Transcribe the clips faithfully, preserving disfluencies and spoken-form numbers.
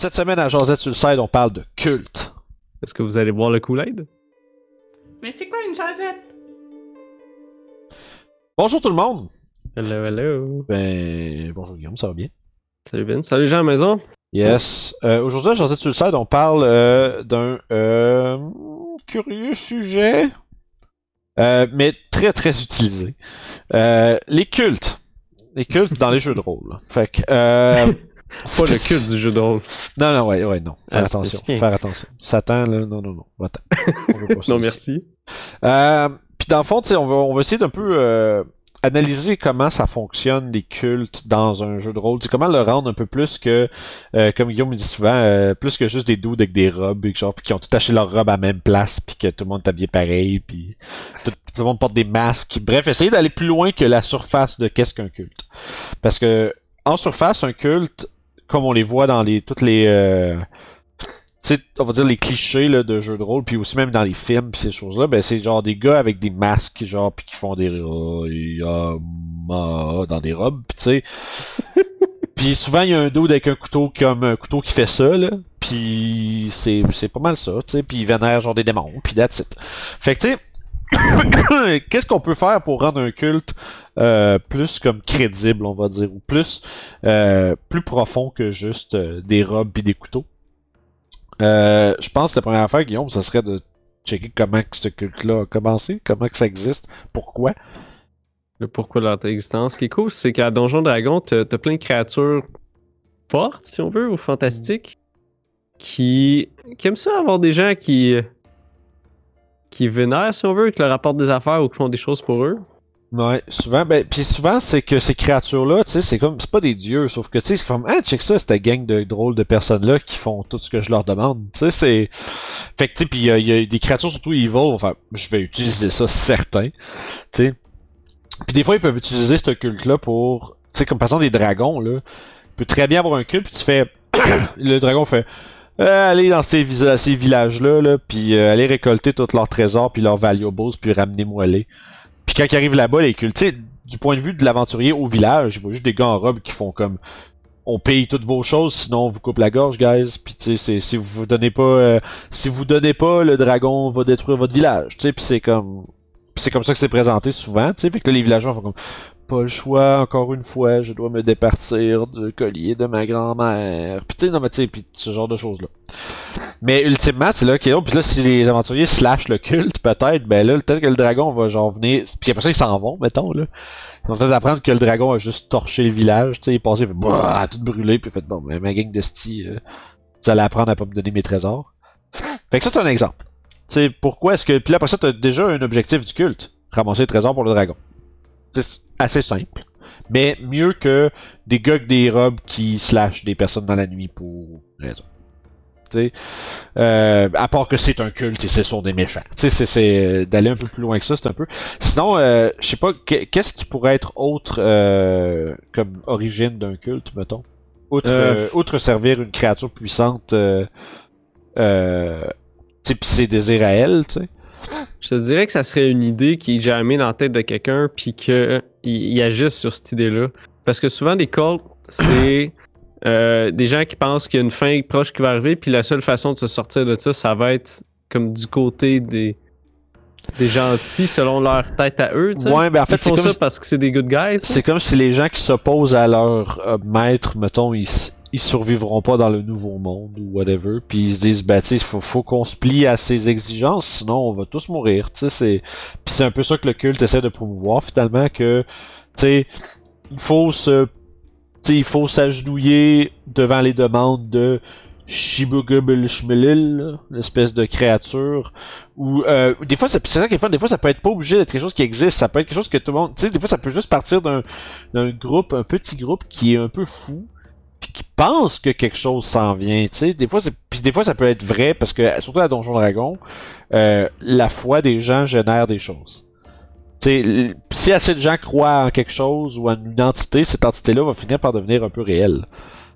cette semaine à Josette sur le side, on parle de culte. Est-ce que vous allez boire le Kool-Aid? Mais c'est quoi une Josette? Bonjour tout le monde. Hello, hello. Ben, bonjour Guillaume, ça va bien? Salut Ben. Salut Jean à la maison. Yes. Euh, aujourd'hui à Josette sur le side, on parle euh, d'un euh, curieux sujet, euh, mais très très utilisé. Euh, les cultes. Les cultes dans les jeux de rôle. Fait que... Euh, Pas le culte du jeu de rôle. Non, non, ouais, ouais, non. Faire Ah, attention. spécifique. Faire attention. Satan, là, non, non, non. Va-t'en. On veut pas ça Non, ici. merci. Euh, Puis dans le fond, tu sais, on va, on va essayer d'un peu euh, analyser comment ça fonctionne les cultes dans un jeu de rôle. Tu sais, comment le rendre un peu plus que, euh, comme Guillaume me dit souvent, euh, plus que juste des dudes avec des robes, et genre, puis qui ont tout acheté leur robe à la même place, puis que tout le monde est habillé pareil, puis tout, tout le monde porte des masques. Bref, essayer d'aller plus loin que la surface de qu'est-ce qu'un culte. Parce que en surface, un culte, comme on les voit dans les toutes les euh, tu sais, on va dire les clichés là, de jeux de rôle, puis aussi même dans les films pis ces choses-là, ben c'est genre des gars avec des masques, genre, puis qui font des oh, yeah, ma, dans des robes, pis tu sais. Puis souvent il y a un dude avec un couteau comme un couteau qui fait ça là, puis c'est c'est pas mal ça, tu sais, puis il vénère genre des démons, puis that's it. Fait que tu sais, qu'est-ce qu'on peut faire pour rendre un culte euh, plus comme crédible, on va dire, ou plus euh, plus profond que juste euh, des robes et des couteaux? Euh, je pense que la première affaire, Guillaume, ça serait de checker comment que ce culte-là a commencé, comment que ça existe, pourquoi. Le pourquoi de leur existence. Ce qui est cool, c'est qu'à Donjon Dragon, t'as, t'as plein de créatures fortes, si on veut, ou fantastiques, qui, qui aiment ça avoir des gens qui qui vénèrent, si on veut, qui leur apportent des affaires ou qui font des choses pour eux. Ouais, souvent, ben, pis souvent, c'est que ces créatures-là, tu sais, c'est comme, c'est pas des dieux, sauf que, tu sais, c'est comme, ah, check ça, cette gang de drôles de personnes-là qui font tout ce que je leur demande, tu sais, c'est... Fait que, tu sais, pis il y, a- y a des créatures, surtout evil, enfin, je vais utiliser ça, certain, tu sais. Pis des fois, ils peuvent utiliser ce culte-là pour, tu sais, comme par exemple des dragons, là, tu peux très bien avoir un culte, pis tu fais, le dragon fait... Euh, aller dans ces, vis- ces villages-là, là, puis euh, aller récolter tous leurs trésors, puis leurs valuables, puis ramener-moi les. Puis quand ils arrivent là-bas, les cultes, tu sais, du point de vue de l'aventurier au village, il voit juste des gars en robe qui font comme on paye toutes vos choses, sinon on vous coupe la gorge, guys. Puis tu sais, c'est- si vous vous donnez pas, euh, si vous donnez pas, le dragon va détruire votre village. Tu sais, puis c'est comme, puis c'est comme ça que c'est présenté souvent. Tu sais, puis que là, les villageois font comme pas le choix, encore une fois, je dois me départir du collier de ma grand-mère. Puis tu sais, non mais tu sais, puis ce genre de choses là. Mais ultimement, c'est là qu'il y a. Puis là, si les aventuriers slashent le culte, peut-être, ben là, peut-être que le dragon va genre venir. Puis après ça, ils s'en vont, mettons, là. Ils vont peut-être apprendre que le dragon a juste torché le village, tu sais, il est passé, il fait bah, a tout brûlé, puis il fait bon, ben, ma gang de sti, euh, vous allez apprendre à pas me donner mes trésors. Fait que ça, c'est un exemple. Tu sais, pourquoi est-ce que. Puis là, après ça, t'as déjà un objectif du culte, ramasser les trésors pour le dragon. C'est assez simple. Mais mieux que des gars avec des robes qui slashent des personnes dans la nuit pour raison. T'sais, euh, à part que c'est un culte et ce sont des méchants. T'sais, c'est, c'est d'aller un peu plus loin que ça, c'est un peu. Sinon, euh, je sais pas, qu'est-ce qui pourrait être autre euh, comme origine d'un culte, mettons? Outre, Euh, euh, outre servir une créature puissante, euh, euh, t'sais, pis ses désirs à elle, tu sais. Je te dirais que ça serait une idée qui est jamais dans la tête de quelqu'un puis qu'il il agisse sur cette idée-là. Parce que souvent, des cultes, c'est euh, des gens qui pensent qu'il y a une fin proche qui va arriver puis la seule façon de se sortir de ça, ça va être comme du côté des, des gentils selon leur tête à eux. Tu sais. Ouais, ben en fait, Ils font c'est comme ça parce que c'est des good guys. tu sais. C'est comme si les gens qui s'opposent à leur euh, maître, mettons, ils, s- ils survivront pas dans le nouveau monde ou whatever, puis ils se disent, bah, tu sais, faut, faut qu'on se plie à ses exigences, sinon on va tous mourir, tu sais, c'est... Puis c'est un peu ça que le culte essaie de promouvoir, finalement, que, tu sais, il faut se... Tu sais, il faut s'agenouiller devant les demandes de Shibugubelshmelil, l'espèce de créature, ou euh, des fois, ça- c'est ça qui est fun, des fois ça peut être pas obligé d'être quelque chose qui existe, ça peut être quelque chose que tout le monde, tu sais, des fois ça peut juste partir d'un, d'un groupe, un petit groupe qui est un peu fou, puis qui pense que quelque chose s'en vient, tu sais, des fois c'est, puis des fois ça peut être vrai parce que surtout à Donjon Dragon, euh, la foi des gens génère des choses. Tu sais, l- si assez de gens croient en quelque chose ou en une entité, cette entité-là va finir par devenir un peu réelle.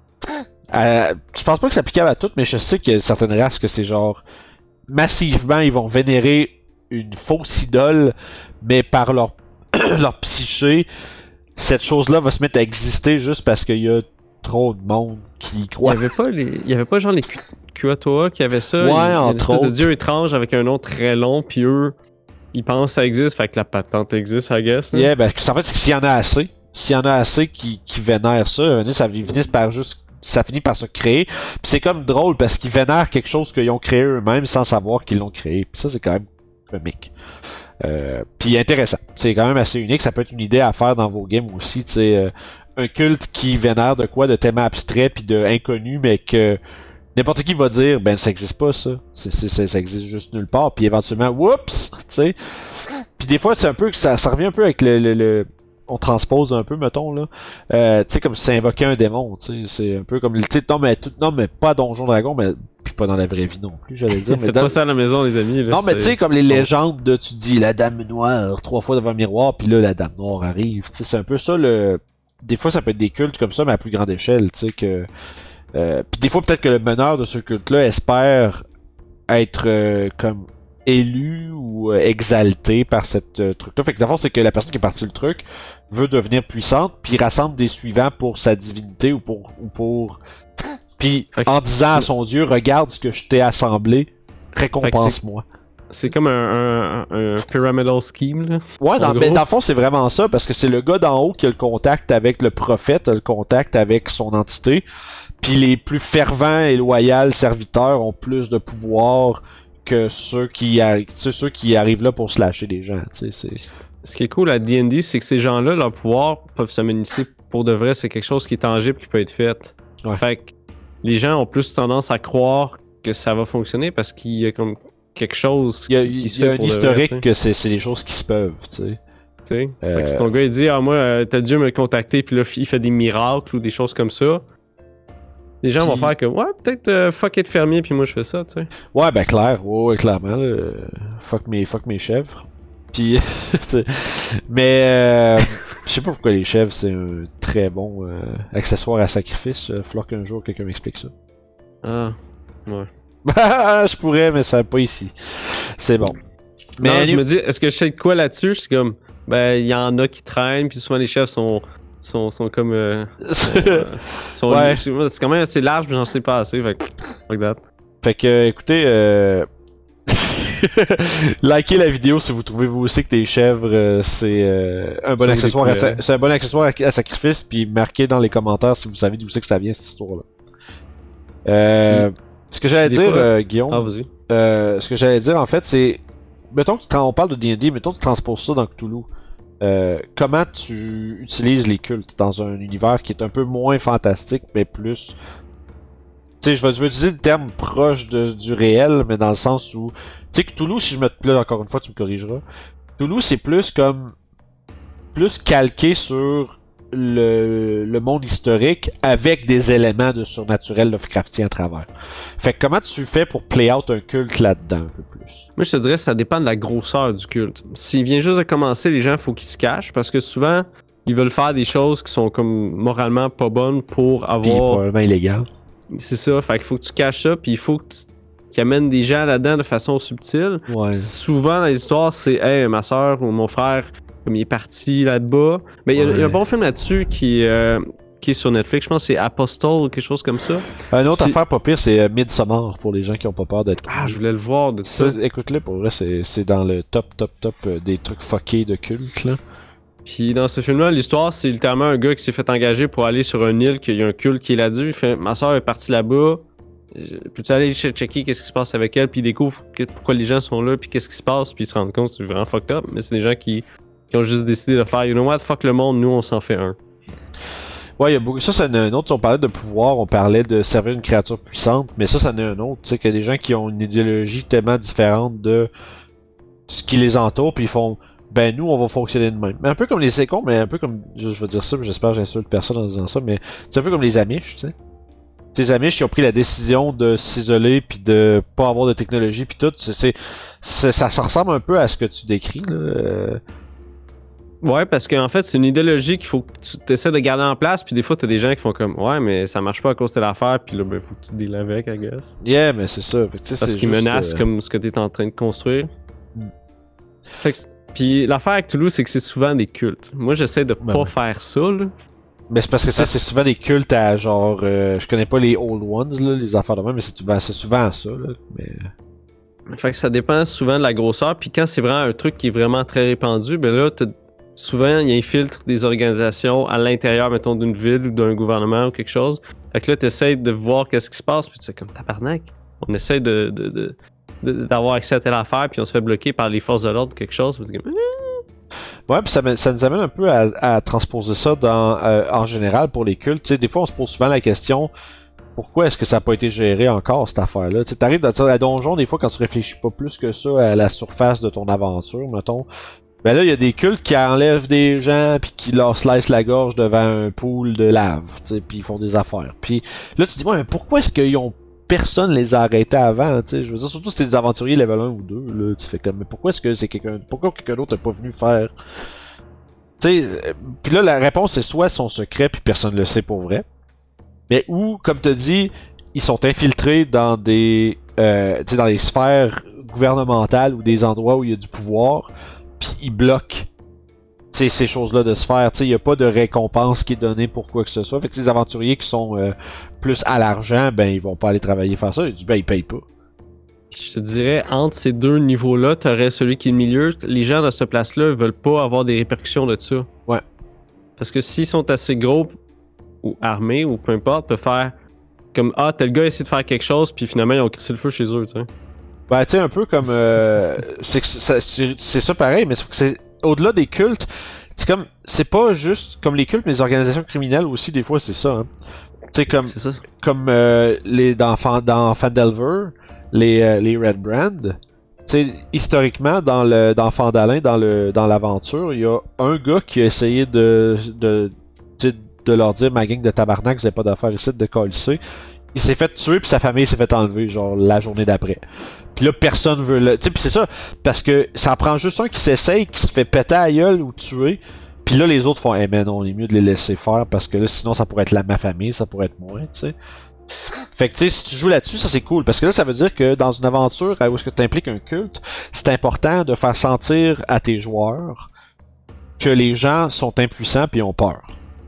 Euh, je pense pas que c'est applicable à toutes, mais je sais qu'il y a certaines races que c'est genre massivement ils vont vénérer une fausse idole, mais par leur leur psyché, cette chose-là va se mettre à exister juste parce qu'il y a trop de monde qui y Il croit. y avait pas les, il y avait pas genre les Ku- Kuatoa qui avaient ça. Ouais, il y a une entre espèce de autres. dieu étrange avec un nom très long, puis eux, ils pensent que ça existe, fait que la patente existe, I guess. là. Yeah, ben, en fait, c'est que s'il y en a assez, s'il y en a assez qui, qui vénèrent ça, ça finit par juste, ça finit par se créer. Puis c'est comme drôle parce qu'ils vénèrent quelque chose qu'ils ont créé eux-mêmes sans savoir qu'ils l'ont créé. Puis ça, c'est quand même comique. Euh, puis intéressant. C'est quand même assez unique. Ça peut être une idée à faire dans vos games aussi. Tu sais, euh, un culte qui vénère de quoi, de tellement abstrait puis de inconnu, mais que n'importe qui va dire, ben ça existe pas ça. C'est, c'est, ça, ça existe juste nulle part. Puis éventuellement, whoops, tu sais. Puis des fois, c'est un peu que ça, ça revient un peu avec le, le, le on transpose un peu, mettons là. Euh, tu sais, comme si ça invoquait un démon. Tu sais, c'est un peu comme le titre. Non mais tout, non mais pas Donjon Dragon, mais puis pas dans la vraie vie non plus, j'allais dire. Mais Faites dans... pas ça à la maison, les amis. Là, Non, mais tu c'est- sais, comme les légendes de, tu dis, la dame noire, trois fois devant le miroir, puis là, la dame noire arrive. Tu sais, c'est un peu ça, le... Des fois, ça peut être des cultes comme ça, mais à plus grande échelle, tu sais, que... Euh, puis des fois, peut-être que le meneur de ce culte-là espère être, euh, comme, élu ou euh, exalté par cette euh, truc-là. Fait que d'abord, c'est que la personne qui est partie le truc veut devenir puissante, puis rassemble des suivants pour sa divinité ou pour... Ou pour... Puis, Fait que en c'est- disant à son dieu, regarde ce que je t'ai assemblé, récompense-moi. C'est comme un, un, un pyramidal scheme, là. Ouais, dans, En ben, gros. dans le fond, c'est vraiment ça, parce que c'est le gars d'en haut qui a le contact avec le prophète, a le contact avec son entité, puis les plus fervents et loyaux serviteurs ont plus de pouvoir que ceux qui, arri- tu sais, ceux qui arrivent là pour slasher des gens, tu sais, c'est... Ce qui est cool à D and D, c'est que ces gens-là, leur pouvoir peuvent se manifester pour de vrai. C'est quelque chose qui est tangible, qui peut être fait. Ouais. Fait que les gens ont plus tendance à croire que ça va fonctionner parce qu'il y a comme quelque chose Il y a, qui, qui il se y a fait un pour de vrai, historique tu sais. que c'est, c'est des choses qui se peuvent, tu sais. Tu sais. Euh, Fait que si ton gars il dit ah moi euh, t'as Dieu me contacter puis là il fait des miracles ou des choses comme ça, les gens vont Puis- faire que ouais peut-être euh, fuck it fermier puis moi je fais ça tu sais. Ouais, ben clair, ouais, ouais, clairement, là, euh, fuck mes, fuck mes chèvres. Puis, t'sais, mais euh, je sais pas pourquoi les chèvres c'est un très bon euh, accessoire à sacrifice. Il falloir qu'un jour quelqu'un m'explique ça. Ah ouais. je pourrais, mais ça va pas ici. C'est bon. Mais non, je anyway- me dis est-ce que je sais de quoi là-dessus, je suis comme ben il y en a qui traînent puis souvent les chefs sont sont, sont comme euh, sont, euh, sont- Ouais. c'est c'est quand même assez large mais j'en sais pas assez fait que fuck that. Fait que, écoutez, euh... likez la vidéo si vous trouvez vous aussi que tes chèvres euh, c'est euh, un bon Sont accessoire des à sa- couleurs. c'est un bon accessoire à, à sacrifice, puis marquez dans les commentaires si vous savez d'où c'est que ça vient cette histoire là. Euh, ce que j'allais des dire, fois- euh, Guillaume, Ah vas-y. euh, ce que j'allais dire en fait, c'est mettons que tu trans- on parle de D and D, mettons que tu transposes ça dans Cthulhu. Euh, comment tu utilises les cultes dans un univers qui est un peu moins fantastique, mais plus... Tu sais, je vais, je vais utiliser le terme proche de, du réel, mais dans le sens où... Tu sais, Cthulhu, si je me... Là, encore une fois, tu me corrigeras. Cthulhu, c'est plus comme... Plus calqué sur le, le monde historique avec des éléments de surnaturel Lovecraftien à travers. Fait que comment tu fais pour play out un culte là-dedans un peu plus? Moi, je te dirais ça dépend de la grosseur du culte. S'il vient juste de commencer, les gens, faut qu'ils se cachent parce que souvent, ils veulent faire des choses qui sont comme moralement pas bonnes pour Puis avoir. probablement illégal. C'est ça, fait qu'il faut que tu caches ça, puis il faut que tu qu'ils amènent des gens là-dedans de façon subtile. Ouais. Puis souvent, dans les histoires, c'est hey, ma soeur ou mon frère, comme il est parti là-bas. Mais il y, a- il y a un Ouais. bon film là-dessus qui, euh, qui est sur Netflix, je pense que c'est Apostle ou quelque chose comme ça. Une autre C'est- affaire pas pire, c'est euh, Midsommar pour les gens qui ont pas peur d'être. Ah, je voulais le voir de ça. Ça, écoute-le, pour vrai, c'est, c'est dans le top, top, top euh, des trucs fuckés de culte, là. Puis dans ce film-là, l'histoire, c'est littéralement un gars qui s'est fait engager pour aller sur une île, qu'il y a un culte qui est là-dessus. Il fait ma soeur est partie là-bas. Je- Peux-tu aller che- checker qu'est-ce qui se passe avec elle? Puis il découvre que- pourquoi les gens sont là, puis qu'est-ce qui se passe, puis il se rend compte que c'est vraiment fucked up. Mais c'est des gens qui, qui ont juste décidé de faire, you know what, fuck le monde, nous on s'en fait un. Ouais, il y a beaucoup. Ça, c'est un autre. On parlait de pouvoir, on parlait de servir une créature puissante, mais ça, c'en est un autre. Tu sais, qu'il y a des gens qui ont une idéologie tellement différente de ce qui les entoure, puis ils font. Ben nous on va fonctionner de même. Mais un peu comme les c'est con, mais un peu comme je, je vais dire ça, mais j'espère que j'insulte personne en disant ça, mais c'est un peu comme les Amish, tu sais. Les Amish qui ont pris la décision de s'isoler puis de pas avoir de technologie puis tout, c'est, c'est, c'est- ça, ça ressemble un peu à ce que tu décris là. Euh, Ouais, parce qu'en fait, c'est une idéologie qu'il faut que tu essaies de garder en place, puis des fois, t'as des gens qui font comme, ouais, mais ça marche pas à cause de l'affaire, puis là, ben, faut que tu deals avec, I guess. Yeah, mais c'est ça. Fait que, tu sais, Parce c'est qu'ils juste, menacent euh, comme ce que t'es en train de construire. Mm. Fait que, puis l'affaire avec Toulouse, c'est que c'est souvent des cultes. Moi, j'essaie de Ben pas ouais. faire ça, là. Ben c'est parce que ça, c'est souvent des cultes à genre... Euh, je connais pas les Old Ones, là, les affaires de même, mais c'est souvent, c'est souvent ça, là. Mais... Fait que ça dépend souvent de la grosseur, puis quand c'est vraiment un truc qui est vraiment très répandu, ben là, t'as- souvent, il infiltre des organisations à l'intérieur, mettons, d'une ville ou d'un gouvernement ou quelque chose. Fait que là, t'essayes de voir qu'est-ce qui se passe, puis tu fais comme tabarnak. On essaie de, de, de, de- d'avoir accès à telle affaire, puis on se fait bloquer par les forces de l'ordre ou quelque chose. Puis t'es comme, Ouais, puis ça, me- ça nous amène un peu à, à transposer ça dans, euh, en général pour les cultes. Tu sais, des fois, on se pose souvent la question pourquoi est-ce que ça n'a pas été géré encore, cette affaire-là. Tu sais, t'arrives dans la donjon, des fois, quand tu réfléchis pas plus que ça à la surface de ton aventure, mettons. Ben là, il y a des cultes qui enlèvent des gens puis qui leur slice la gorge devant un pool de lave, tu sais, puis ils font des affaires. Puis là, tu te dis, ouais, mais pourquoi est-ce qu'ils ont personne les a arrêtés avant, tu sais? Je veux dire, surtout si c'était des aventuriers level un ou deux, là, tu fais comme, mais pourquoi est-ce que c'est quelqu'un, pourquoi quelqu'un d'autre n'est pas venu faire? Tu sais, puis là, la réponse c'est soit son secret puis personne le sait pour vrai, mais ou, comme tu dis, ils sont infiltrés dans des, euh, tu sais, dans les sphères gouvernementales ou des endroits où il y a du pouvoir, puis ils bloquent t'sais, ces choses-là de se faire. Il n'y a pas de récompense qui est donnée pour quoi que ce soit. Fait que les aventuriers qui sont euh, plus à l'argent, ben ils vont pas aller travailler faire ça. Ils disent ben ils payent pas. je te dirais, entre ces deux niveaux-là, t'aurais celui qui est le milieu. Les gens de cette place-là veulent pas avoir des répercussions de ça. Ouais. Parce que s'ils sont assez gros ou armés ou peu importe, peuvent faire comme ah tel gars essaie de faire quelque chose puis finalement ils ont crissé le feu chez eux, tu sais. Ben tu sais un peu comme euh, c'est, ça, c'est c'est ça pareil, mais c'est, c'est au-delà des cultes. C'est comme c'est pas juste comme les cultes, mais les organisations criminelles aussi des fois c'est ça. Hein. Tu sais comme C'est ça. comme euh, les dans, dans Phandelver, les euh, les Red Brand. Tu sais historiquement dans le dans Phandalin, dans le dans l'aventure, il y a un gars qui a essayé de de tu sais, de leur dire ma gang de tabarnak, vous avez pas d'affaires ici de colisser. Il s'est fait tuer puis sa famille s'est fait enlever genre la journée d'après. Puis là personne veut le, tu sais, puis c'est ça parce que ça en prend juste un qui s'essaye, qui se fait péter à la gueule ou tuer. Puis là les autres font eh mais non, il est mieux de les laisser faire parce que là sinon ça pourrait être la ma famille, ça pourrait être moi, tu sais. Fait que tu sais si tu joues là-dessus, ça c'est cool parce que là ça veut dire que dans une aventure où est-ce que tu impliques un culte, c'est important de faire sentir à tes joueurs que les gens sont impuissants puis ont peur.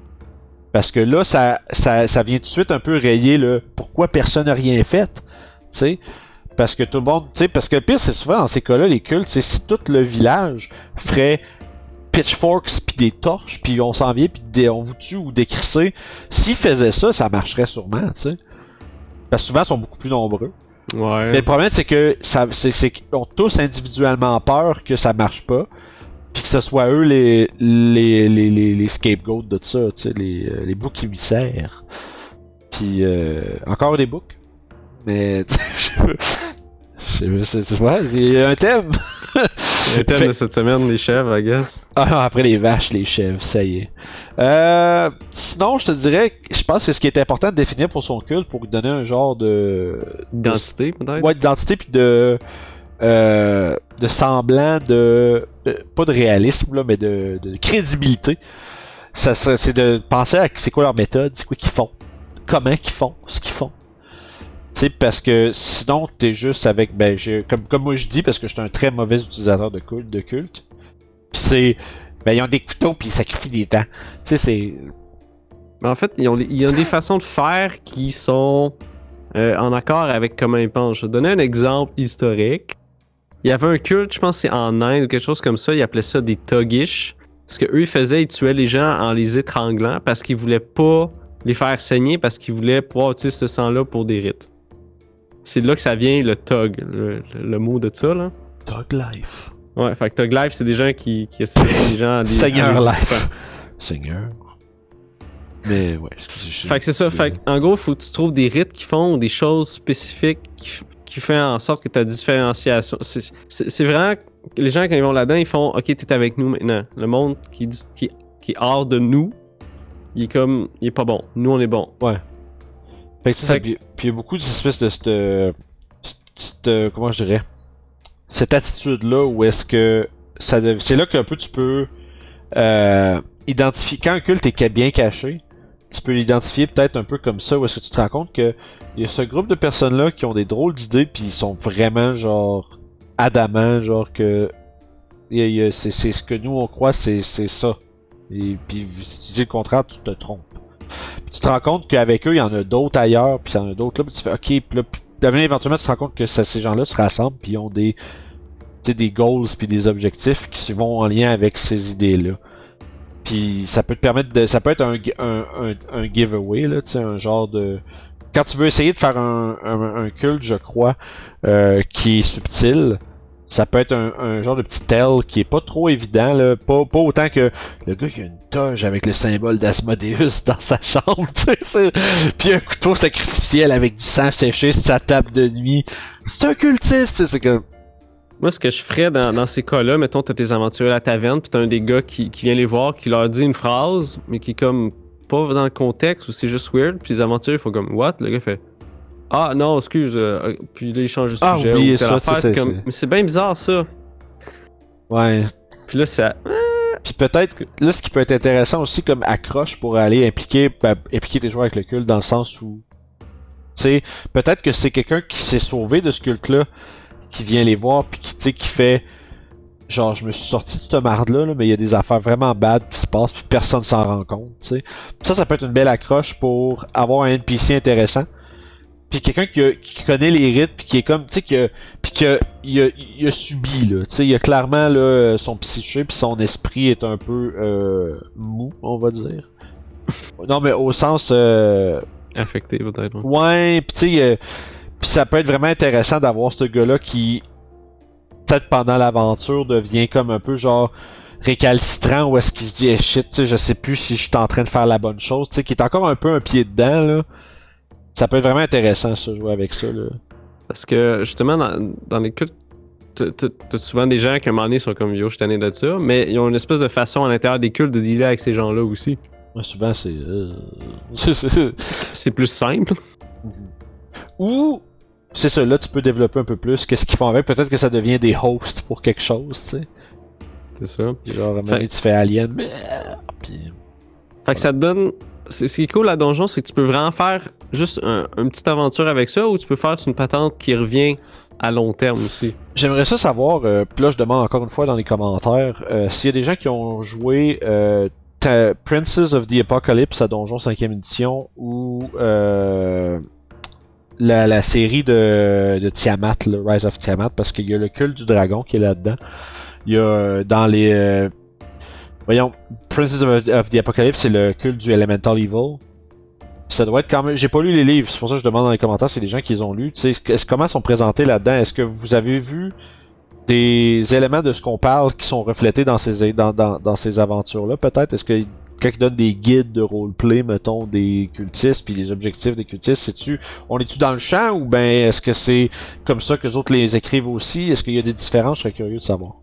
Parce que là, ça, ça, ça vient tout de suite un peu rayer le pourquoi personne n'a rien fait. Tu sais. Parce que tout le monde. Tu sais, parce que le pire, c'est souvent dans ces cas-là, les cultes, c'est si tout le village ferait pitchforks pis des torches, puis on s'en vient, puis des, on vous tue ou décrisser. S'ils faisaient ça, ça marcherait sûrement, tu sais. Parce que souvent, ils sont beaucoup plus nombreux. Ouais. Mais le problème, c'est que ça, c'est, c'est qu'ils ont tous individuellement peur que ça marche pas. Puis que ce soit eux les les les les, les scapegoats de ça, tu sais, les euh, les boucs émissaires. Puis euh, encore des boucs, mais je sais c'est ouais, il y a un thème. Le thème de cette semaine, les chèvres, I guess. Ah non, après les vaches, les chèvres, ça y est. Euh, sinon, je te dirais, je pense que ce qui est important de définir pour son culte, pour lui donner un genre de Identité, peut-être? ouais, d'identité puis de Euh, de semblant de, de pas de réalisme là, mais de, de crédibilité. Ça, ça c'est de penser à c'est quoi leur méthode, c'est quoi qu'ils font, comment qu'ils font, ce qu'ils font. Tu sais parce que sinon t'es juste avec ben j'ai comme comme moi je dis parce que je suis un très mauvais utilisateur de culte, de culte. Pis c'est ben ils ont des couteaux puis ils sacrifient des dents. Tu sais c'est Mais en fait, ils ont, ils ont des façons de faire qui sont euh, en accord avec comment ils pensent. Je vais te donner un exemple historique. Il y avait un culte, je pense que c'est en Inde ou quelque chose comme ça, ils appelaient ça des Togish. Ce que eux ils faisaient, ils tuaient les gens en les étranglant parce qu'ils voulaient pas les faire saigner, parce qu'ils voulaient pouvoir utiliser ce sang-là pour des rites. C'est là que ça vient le Tog, le, le, le mot de ça, là. Dog Life. Ouais, fait que Tog Life, c'est des gens qui, qui assassinent les gens à des... Seigneur à des Life. Seigneur. Mais ouais, excusez. Fait que c'est ça, fait que, en gros, faut que tu trouves des rites qui font des choses spécifiques qui, qui font en sorte que ta différenciation. C'est, c'est, c'est vraiment. Les gens, quand ils vont là-dedans, ils font ok, t'es avec nous maintenant. Le monde qui, qui, qui est hors de nous, il est comme. Il est pas bon. Nous, on est bon. Ouais. Fait que tu sais, Fait puis il y a beaucoup d'espèces de cette, cette, cette. Comment je dirais cette attitude-là où est-ce que. Ça, c'est là qu'un peu tu peux. Euh, identifier. Quand un culte est bien caché, tu peux l'identifier peut-être un peu comme ça, où est-ce que tu te rends compte que il y a ce groupe de personnes-là qui ont des drôles d'idées, puis ils sont vraiment genre adamants, genre que y a, y a, c'est, c'est ce que nous on croit, c'est, c'est ça. Et puis si tu dis le contraire, tu te trompes. Puis tu te rends compte qu'avec eux, il y en a d'autres ailleurs, puis il y en a d'autres là, puis tu fais ok, puis là, puis éventuellement tu te rends compte que ça, ces gens-là se rassemblent, puis ils ont des, tu sais, des goals puis des objectifs qui vont en lien avec ces idées-là. Puis ça peut te permettre de, ça peut être un, un, un, un giveaway là, tu sais, un genre de, quand tu veux essayer de faire un, un, un culte, je crois, euh, qui est subtil. Ça peut être un, un genre de petit tell qui est pas trop évident, là. Pas, pas autant que le gars qui a une toge avec le symbole d'Asmodeus dans sa chambre, tu sais. Puis un couteau sacrificiel avec du sang séché sur sa table de nuit. C'est un cultiste, tu sais, c'est comme... Moi, ce que je ferais dans, dans ces cas-là, mettons, t'as tes aventuriers à la taverne, pis t'as un des gars qui, qui vient les voir, qui leur dit une phrase, mais qui est comme pas dans le contexte, ou c'est juste weird, puis les aventuriers font comme « What? » Le gars fait ah non, excuse, euh, puis là il change de ah, sujet. oubliez ou telle ça, affaire, c'est, comme... c'est... Mais c'est bien bizarre ça. Ouais. Puis là ça. Puis peut-être que là ce qui peut être intéressant aussi comme accroche pour aller impliquer, ben, impliquer tes joueurs avec le culte dans le sens où. Tu sais, peut-être que c'est quelqu'un qui s'est sauvé de ce culte-là, qui vient les voir, puis qui, tu sais, qui fait. Genre, je me suis sorti de cette marde-là, là, mais il y a des affaires vraiment bad qui se passent, puis personne s'en rend compte, tu sais. Ça, ça peut être une belle accroche pour avoir un N P C intéressant. Puis quelqu'un qui, a, qui connaît les rites, puis qui est comme, tu sais, que, puis que il a, il a subi là, tu sais, il a clairement là son psyché, puis son esprit est un peu euh, mou, on va dire. Non, mais au sens euh, affecté peut-être. Ouais, ouais puis tu sais, euh, puis ça peut être vraiment intéressant d'avoir ce gars-là qui, peut-être pendant l'aventure, devient comme un peu genre récalcitrant, ou est-ce qu'il se dit, eh, shit, tu sais, je sais plus si je suis en train de faire la bonne chose, tu sais, qui est encore un peu un pied dedans là. Ça peut être vraiment intéressant, ça, jouer avec ça, là. Parce que, justement, dans, dans les cultes, t'as souvent des gens qui, à un moment donné, sont comme « Yo, je suis tanné de ça », mais ils ont une espèce de façon à l'intérieur des cultes de dealer avec ces gens-là aussi. Ouais, souvent, c'est... Euh... c'est plus simple. Ou, c'est ça, là, tu peux développer un peu plus qu'est-ce qu'ils font avec. Peut-être que ça devient des hosts pour quelque chose, tu sais. C'est ça. Genre, à fait... tu fais Alien, mais... Puis... Fait que ça te donne... Ce qui est cool à Donjon, c'est que tu peux vraiment faire juste un, une petite aventure avec ça, ou tu peux faire une patente qui revient à long terme aussi. J'aimerais ça savoir, euh, puis là je demande encore une fois dans les commentaires, euh, s'il y a des gens qui ont joué euh, Princes of the Apocalypse à Donjon cinquième édition, ou euh, la, la série de, de Tiamat, le Rise of Tiamat, parce qu'il y a le culte du dragon qui est là-dedans. Il y a euh, dans les... Euh, voyons, Princess of, of the Apocalypse, c'est le culte du Elemental Evil. Ça doit être quand même... J'ai pas lu les livres, c'est pour ça que je demande dans les commentaires, c'est des gens qui les ont lus. Tu sais, comment ils sont présentés là-dedans? Est-ce que vous avez vu des éléments de ce qu'on parle qui sont reflétés dans ces, dans, dans, dans ces aventures-là, peut-être? Est-ce que quelqu'un qui donne des guides de roleplay, mettons, des cultistes, puis les objectifs des cultistes, c'est-tu... On est-tu dans le champ, ou ben est-ce que c'est comme ça que les autres les écrivent aussi? Est-ce qu'il y a des différences? Je serais curieux de savoir.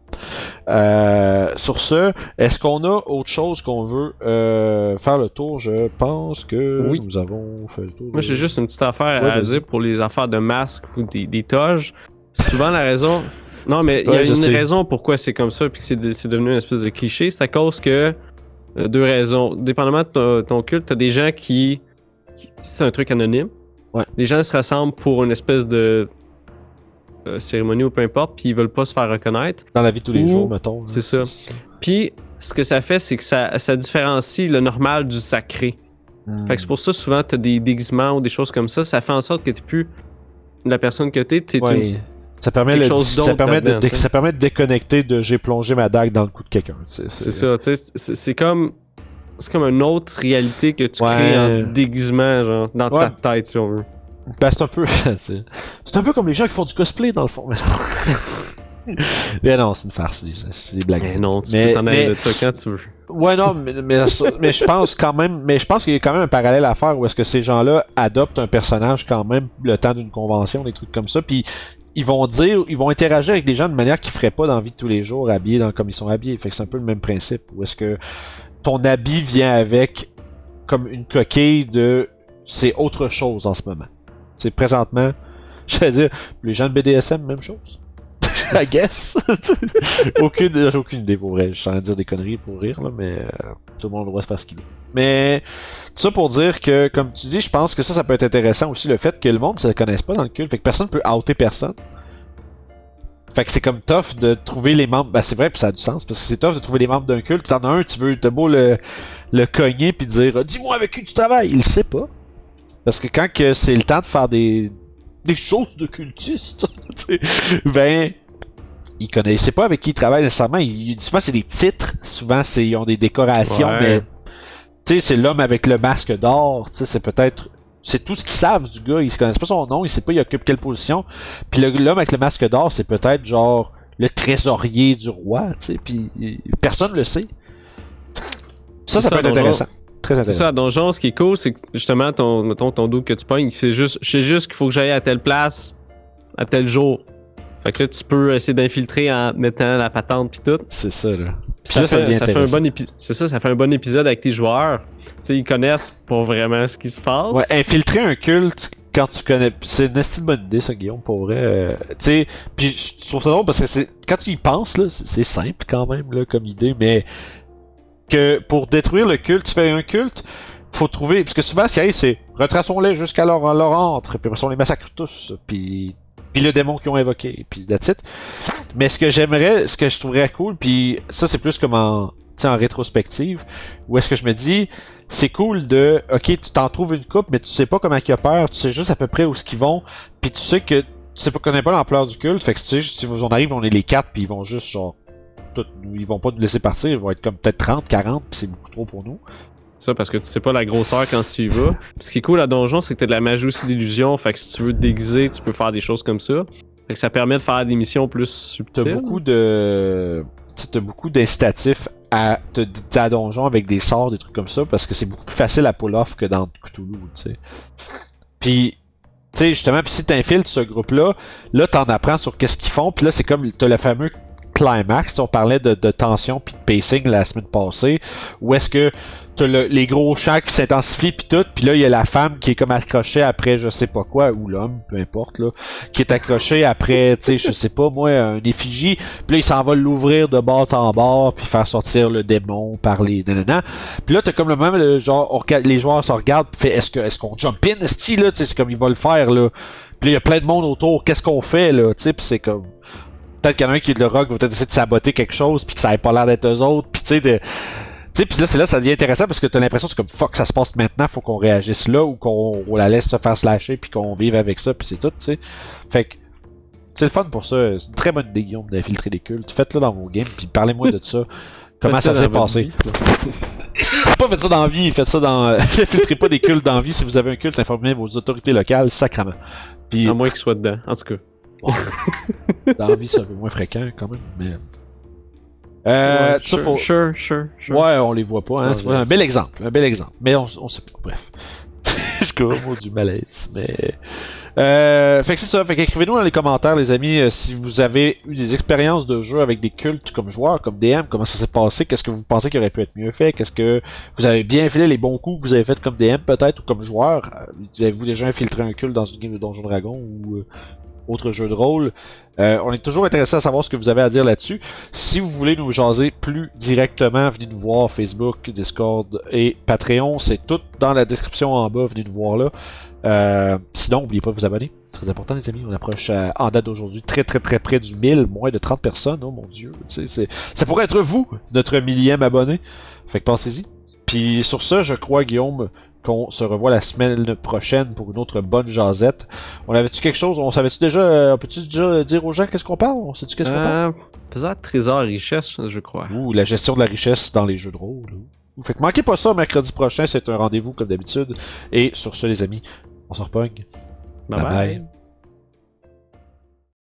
Euh, sur ce, est-ce qu'on a autre chose qu'on veut euh, faire le tour? Je pense que oui. Nous avons fait le tour. De... Moi, j'ai juste une petite affaire ouais, à dire pour les affaires de masques ou des, des toges. Souvent, la raison... Non, mais il ouais, y a une sais. raison pourquoi c'est comme ça, puis que c'est, de, c'est devenu une espèce de cliché. C'est à cause que... Euh, deux raisons. Dépendamment de ton, ton culte, t'as des gens qui... qui c'est un truc anonyme. Ouais. Les gens se rassemblent pour une espèce de... cérémonie ou peu importe, puis ils veulent pas se faire reconnaître. Dans la vie de tous les ou... jours, mettons. C'est ça. Puis, ce que ça fait, c'est que ça, ça différencie le normal du sacré. Mm. Fait que c'est pour ça, souvent, t'as des déguisements ou des choses comme ça. Ça fait en sorte que t'es plus la personne que t'es. T'es ouais. une... Ça permet, le, ça, permet de, dé, ça permet de déconnecter de j'ai plongé ma dague dans le cou de quelqu'un. C'est, c'est... c'est ça, tu sais. C'est, c'est comme... C'est comme une autre réalité que tu ouais. crées en déguisement, genre, dans ouais. ta tête, si on veut. Ben, c'est un peu. C'est, c'est un peu comme les gens qui font du cosplay, dans le fond. Mais non, c'est une farce, c'est, c'est des blagues. Mais non, tu mais, peux t'en aller mais... de ça quand tu veux. Ouais, non, mais, mais, mais je pense quand même. Mais je pense qu'il y a quand même un parallèle à faire où est-ce que ces gens-là adoptent un personnage quand même le temps d'une convention, des trucs comme ça, puis ils vont dire, ils vont interagir avec des gens de manière qu'ils feraient pas dans la vie de tous les jours, habillés dans, comme ils sont habillés. Fait que c'est un peu le même principe. Où est-ce que ton habit vient avec comme une coquille de c'est autre chose en ce moment. C'est présentement, je vais dire, les gens de B D S M, même chose. I guess. aucune, j'ai aucune idée pour vrai. Je suis en train de dire des conneries pour rire, là, mais euh, tout le monde doit se faire ce qu'il veut. Mais tout ça pour dire que, comme tu dis, je pense que ça, ça peut être intéressant aussi, le fait que le monde ne se connaisse pas dans le culte, fait que personne peut outer personne. Fait que c'est comme tough de trouver les membres. Ben c'est vrai, puis ça a du sens, parce que c'est tough de trouver les membres d'un culte. T'en as un, tu veux, t'as beau le, le cogner puis dire dis-moi avec qui tu travailles. Il le sait pas. Parce que quand que c'est le temps de faire des, des choses de cultistes, ben. Il connaissait pas avec qui il travaille nécessairement. Il, souvent, c'est des titres. Souvent, c'est, ils ont des décorations, Ouais. mais. Tu sais, c'est l'homme avec le masque d'or. Tu sais, c'est peut-être. C'est tout ce qu'ils savent du gars. Ils connaissent pas son nom. Ils savent pas il occupe quelle position. Puis le, l'homme avec le masque d'or, c'est peut-être genre le trésorier du roi. Tu sais, puis personne le sait. Ça, ça, C'est peut ça, être Donjon. intéressant. Très C'est intéressant. ça, à Donjon, ce qui est cool, c'est que justement, ton, mettons, ton doute que tu pognes, c'est juste, je sais juste qu'il faut que j'aille à telle place, à tel jour. Fait que là, tu peux essayer d'infiltrer en mettant la patente pis tout. C'est ça, là. Puis Ça, ça, ça fait, devient ça fait un intéressant. bon épi- c'est ça, ça fait un bon épisode avec tes joueurs. Tu sais, ils connaissent pas vraiment ce qui se passe. Ouais, infiltrer un culte quand tu connais. C'est une esti de bonne idée, ça, Guillaume, pour vrai. Euh, tu sais, puis je trouve ça drôle parce que c'est quand tu y penses, là, c'est, c'est simple quand même, là, comme idée, mais que pour détruire le culte, tu fais un culte, faut trouver. Parce que souvent, ce qui arrive, c'est retraçons-les jusqu'à leur, leur entre, puis après, on les massacre tous, puis. Puis le démon qu'ils ont invoqué, puis that's it. Mais ce que j'aimerais, ce que je trouverais cool, puis ça c'est plus comme en, en rétrospective, où est-ce que je me dis, c'est cool de, ok, tu t'en trouves une coupe, mais tu sais pas comment ils opèrent, tu sais juste à peu près où ce qu'ils vont, puis tu sais que tu sais pas, connais pas l'ampleur du culte, fait que tu sais, si on arrive, on est les quatre, puis ils vont juste genre, tout, ils vont pas nous laisser partir, ils vont être comme peut-être trente, quarante, puis c'est beaucoup trop pour nous. Ça, parce que tu sais pas la grosseur quand tu y vas. Puis ce qui est cool à Donjon, c'est que t'as de la magie aussi d'illusion. Fait que si tu veux te déguiser, tu peux faire des choses comme ça. Fait que ça permet de faire des missions plus subtiles. T'as beaucoup de. T'sais, t'as beaucoup d'incitatifs à te à donjon avec des sorts, des trucs comme ça, parce que c'est beaucoup plus facile à pull-off que dans Cthulhu, tu sais. Puis, tu sais, justement, pis si t'infiltres ce groupe-là, là, t'en apprends sur qu'est-ce qu'ils font, puis là, c'est comme, t'as le fameux climax, on parlait de, de tension puis de pacing la semaine passée, où est-ce que t'as le, les gros chants qui s'intensifient puis tout, puis là il y a la femme qui est comme accrochée après je sais pas quoi, ou l'homme, peu importe là, qui est accroché après, tu sais, je sais pas moi, un effigie, puis là il s'en va l'ouvrir de bord en bord, puis faire sortir le démon par les nanana. Puis là t'as comme le même, le genre, on regarde, les joueurs se regardent, pis fait est-ce que est-ce qu'on jump in, esti là, tu sais, c'est comme il va le faire là. Puis là il y a plein de monde autour, qu'est-ce qu'on fait là, tu sais, puis c'est comme peut-être qu'il y en a un qui est le rock va peut-être essayer de saboter quelque chose puis que ça ait pas l'air d'être eux autres puis tu sais de tu sais puis là c'est là ça devient intéressant parce que t'as l'impression que c'est comme fuck ça se passe maintenant faut qu'on réagisse là ou qu'on on la laisse se faire slasher puis qu'on vive avec ça puis c'est tout tu sais fait que c'est le fun pour ça c'est une très bonne idée Guillaume d'infiltrer des cultes faites-le dans vos games puis parlez-moi de ça comment ça s'est passé pas faites ça dans la vie faites ça dans infiltrez pas des cultes dans la vie si vous avez un culte informez vos autorités locales sacrément puis À moins qu'ils soient dedans, en tout cas. bon, dans la vie, c'est un peu moins fréquent quand même, mais. Euh, Ouais, tout ça sure, pour... sure, sure, sure. Ouais, on les voit pas, hein. Ouais, c'est ouais. un bel exemple, un bel exemple. Mais on, on sait pas, bref. Je commence du malaise, mais. Euh, fait que c'est ça, fait qu'écrivez-nous dans les commentaires, les amis, euh, si vous avez eu des expériences de jeu avec des cultes comme joueurs, comme D M, comment ça s'est passé, qu'est-ce que vous pensez qui aurait pu être mieux fait, qu'est-ce que vous avez bien fait les bons coups que vous avez fait comme D M peut-être, ou comme joueur, euh, avez-vous déjà infiltré un culte dans une game de Donjon Dragon, ou euh, autre jeu de rôle. Euh, on est toujours intéressé à savoir ce que vous avez à dire là-dessus. Si vous voulez nous jaser plus directement, venez nous voir Facebook, Discord et Patreon. C'est tout dans la description en bas. Venez nous voir là. Euh, sinon, n'oubliez pas de vous abonner. C'est très important, les amis. On approche euh, en date d'aujourd'hui très très très près du mille, moins de trente personnes. Oh mon dieu. C'est, c'est... Ça pourrait être vous, notre millième abonné. Fait que pensez-y. Puis sur ça, je crois, Guillaume, qu'on se revoit la semaine prochaine pour une autre bonne jasette. On avait-tu quelque chose? On savait-tu déjà? Euh, Peux-tu déjà dire aux gens qu'est-ce qu'on parle? On sait-tu qu'est-ce qu'on parle? Euh, peut-être trésor et richesse, je crois. Ouh, la gestion de la richesse dans les jeux de rôle. Ouh. Fait que manquez pas ça mercredi prochain, c'est un rendez-vous comme d'habitude. Et sur ce, les amis, on se repogne. Bye bye. Bye bye.